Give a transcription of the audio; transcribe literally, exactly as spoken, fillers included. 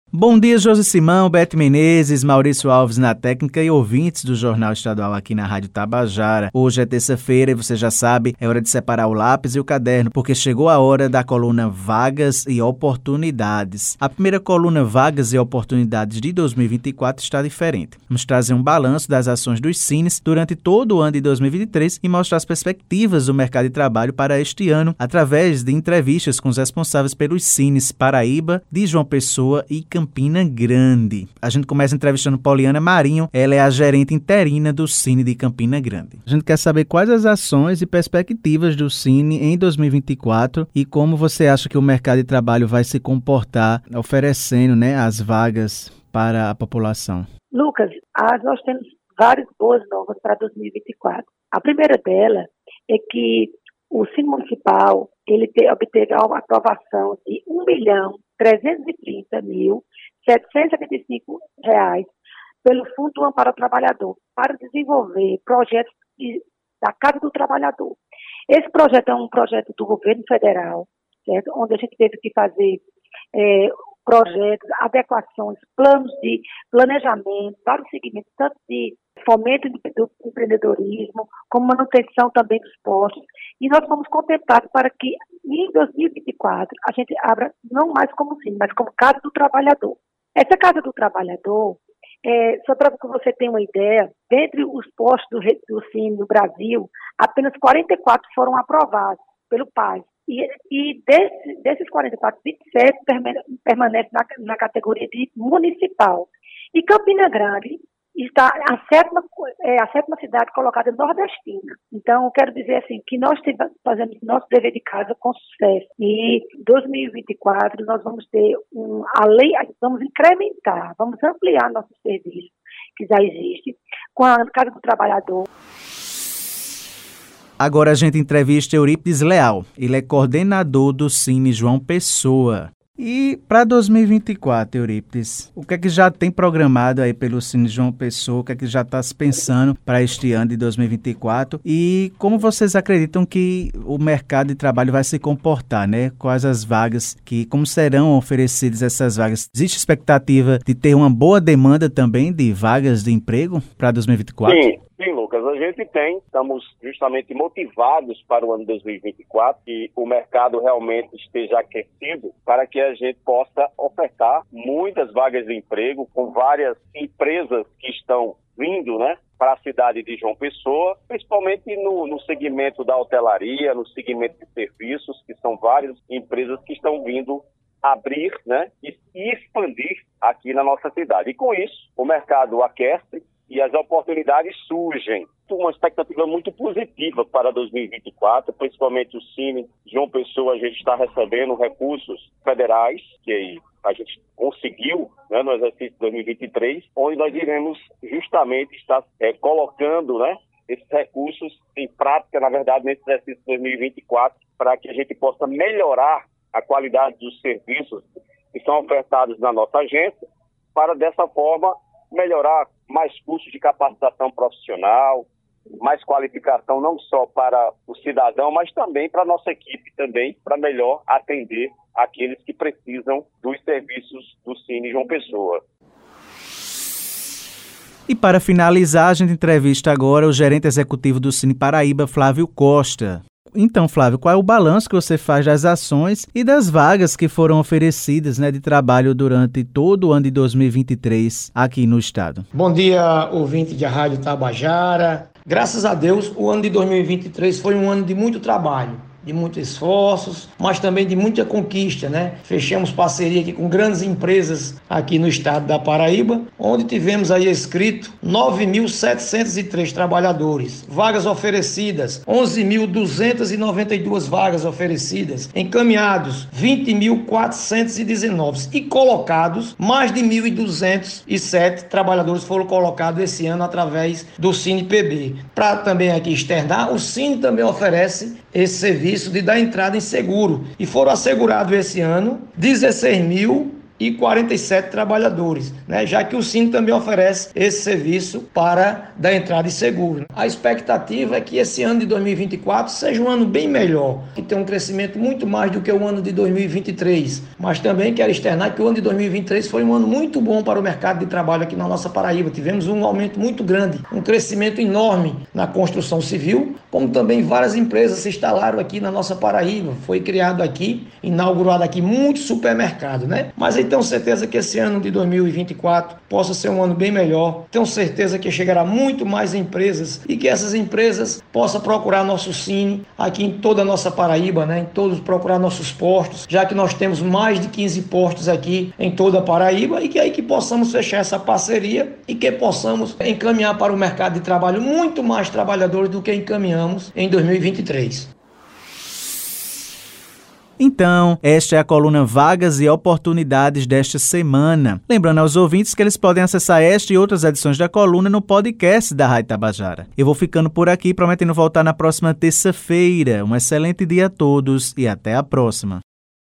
Bom dia, Josi Simão, Bete Menezes, Maurício Alves na técnica e ouvintes do Jornal Estadual aqui na Rádio Tabajara. Hoje é terça-feira e você já sabe, é hora de separar o lápis e o caderno, porque chegou a hora da coluna Vagas e Oportunidades. A primeira coluna Vagas e Oportunidades de dois mil e vinte e quatro está diferente. Vamos trazer um balanço das ações dos Cines durante todo o ano de dois mil e vinte e três e mostrar as perspectivas do mercado de trabalho para este ano, através de entrevistas com os responsáveis pelos Cines Paraíba, de João Pessoa e Campina Grande. A gente começa entrevistando Poliana Marinho, ela é a gerente interina do Cine de Campina Grande. A gente quer saber quais as ações e perspectivas do Cine em dois mil e vinte e quatro e como você acha que o mercado de trabalho vai se comportar oferecendo, né, as vagas para a população. Lucas, ah, nós temos várias boas novas para dois mil e vinte e quatro. A primeira dela é que o Cine Municipal ele te, obteve a aprovação de um milhão trezentos e trinta mil setecentos e setenta e cinco reais pelo Fundo do Amparo ao Trabalhador para desenvolver projetos de, da Casa do Trabalhador. Esse projeto é um projeto do governo federal, certo? Onde a gente teve que fazer é, projetos, adequações, planos de planejamento, vários segmentos, tanto de fomento do empreendedorismo, como manutenção também dos postos. E nós fomos contemplados para que, em dois mil e vinte e quatro, a gente abra não mais como Cine, mas como Casa do Trabalhador. Essa Casa do Trabalhador, é, só para que você tenha uma ideia, dentre os postos do, do Cine no Brasil, apenas quarenta e quatro foram aprovados pelo P A S. E, e desse, desses quarenta e quatro, vinte e sete permanecem na, na categoria de municipal. E Campina Grande está a sétima, é, a sétima cidade colocada nordestina. Então, eu quero dizer assim, que nós fazemos nosso dever de casa com sucesso. E em dois mil e vinte e quatro nós vamos ter um, além, vamos incrementar, vamos ampliar nossos serviços que já existem com a Casa do Trabalhador. Agora a gente entrevista Eurípides Leal. Ele é coordenador do Cine João Pessoa. E para dois mil e vinte e quatro, Eurípides, o que é que já tem programado aí pelo Cine João Pessoa? O que é que já está se pensando para este ano de dois mil e vinte e quatro? E como vocês acreditam que o mercado de trabalho vai se comportar, né? Quais as vagas que, como serão oferecidas essas vagas? Existe expectativa de ter uma boa demanda também de vagas de emprego para dois mil e vinte e quatro? Sim. Sim, Lucas, a gente tem, estamos justamente motivados para o ano dois mil e vinte e quatro, que o mercado realmente esteja aquecido para que a gente possa ofertar muitas vagas de emprego com várias empresas que estão vindo, né, para a cidade de João Pessoa, principalmente no, no segmento da hotelaria, no segmento de serviços, que são várias empresas que estão vindo abrir, né, e, e expandir aqui na nossa cidade. E com isso, o mercado aquece e as oportunidades surgem. Uma expectativa muito positiva para dois mil e vinte e quatro, principalmente o Cine João Pessoa, a gente está recebendo recursos federais, que a gente conseguiu, né, no exercício de dois mil e vinte e três, onde nós iremos justamente estar é, colocando, né, esses recursos em prática, na verdade, nesse exercício de dois mil e vinte e quatro, para que a gente possa melhorar a qualidade dos serviços que são ofertados na nossa agência, para dessa forma melhorar mais cursos de capacitação profissional, mais qualificação não só para o cidadão, mas também para a nossa equipe também, para melhor atender aqueles que precisam dos serviços do Cine João Pessoa. E para finalizar, a gente entrevista agora o gerente executivo do Cine Paraíba, Flávio Costa. Então, Flávio, qual é o balanço que você faz das ações e das vagas que foram oferecidas, né, de trabalho durante todo o ano de dois mil e vinte e três aqui no estado? Bom dia, ouvinte da Rádio Tabajara. Graças a Deus, o ano de dois mil e vinte e três foi um ano de muito trabalho, de muitos esforços, mas também de muita conquista, né? Fechamos parceria aqui com grandes empresas aqui no estado da Paraíba, onde tivemos aí escrito nove mil setecentos e três trabalhadores, vagas oferecidas, onze mil duzentas e noventa e duas vagas oferecidas, encaminhados vinte mil quatrocentos e dezenove e colocados, mais de mil e duzentos e sete trabalhadores foram colocados esse ano através do Cine P B. Para também aqui externar, o Cine também oferece esse serviço de dar entrada em seguro. E foram assegurados esse ano dezesseis mil e quarenta e sete trabalhadores, né? Já que o Sine também oferece esse serviço para dar entrada e seguro. A expectativa é que esse ano de dois mil e vinte e quatro seja um ano bem melhor, que tenha um crescimento muito mais do que o ano de dois mil e vinte e três, mas também quero externar que o ano de dois mil e vinte e três foi um ano muito bom para o mercado de trabalho aqui na nossa Paraíba. Tivemos um aumento muito grande, um crescimento enorme na construção civil, como também várias empresas se instalaram aqui na nossa Paraíba. Foi criado aqui, inaugurado aqui muitos supermercados, né? Mas eu tenho certeza que esse ano de dois mil e vinte e quatro possa ser um ano bem melhor. Tenho certeza que chegará muito mais empresas e que essas empresas possam procurar nosso Sine aqui em toda a nossa Paraíba, né? Em todos procurar nossos postos, já que nós temos mais de quinze postos aqui em toda a Paraíba, e que aí que possamos fechar essa parceria e que possamos encaminhar para o mercado de trabalho muito mais trabalhadores do que encaminhamos em dois mil e vinte e três. Então, esta é a coluna Vagas e Oportunidades desta semana. Lembrando aos ouvintes que eles podem acessar esta e outras edições da coluna no podcast da Rádio Tabajara. Eu vou ficando por aqui, prometendo voltar na próxima terça-feira. Um excelente dia a todos e até a próxima.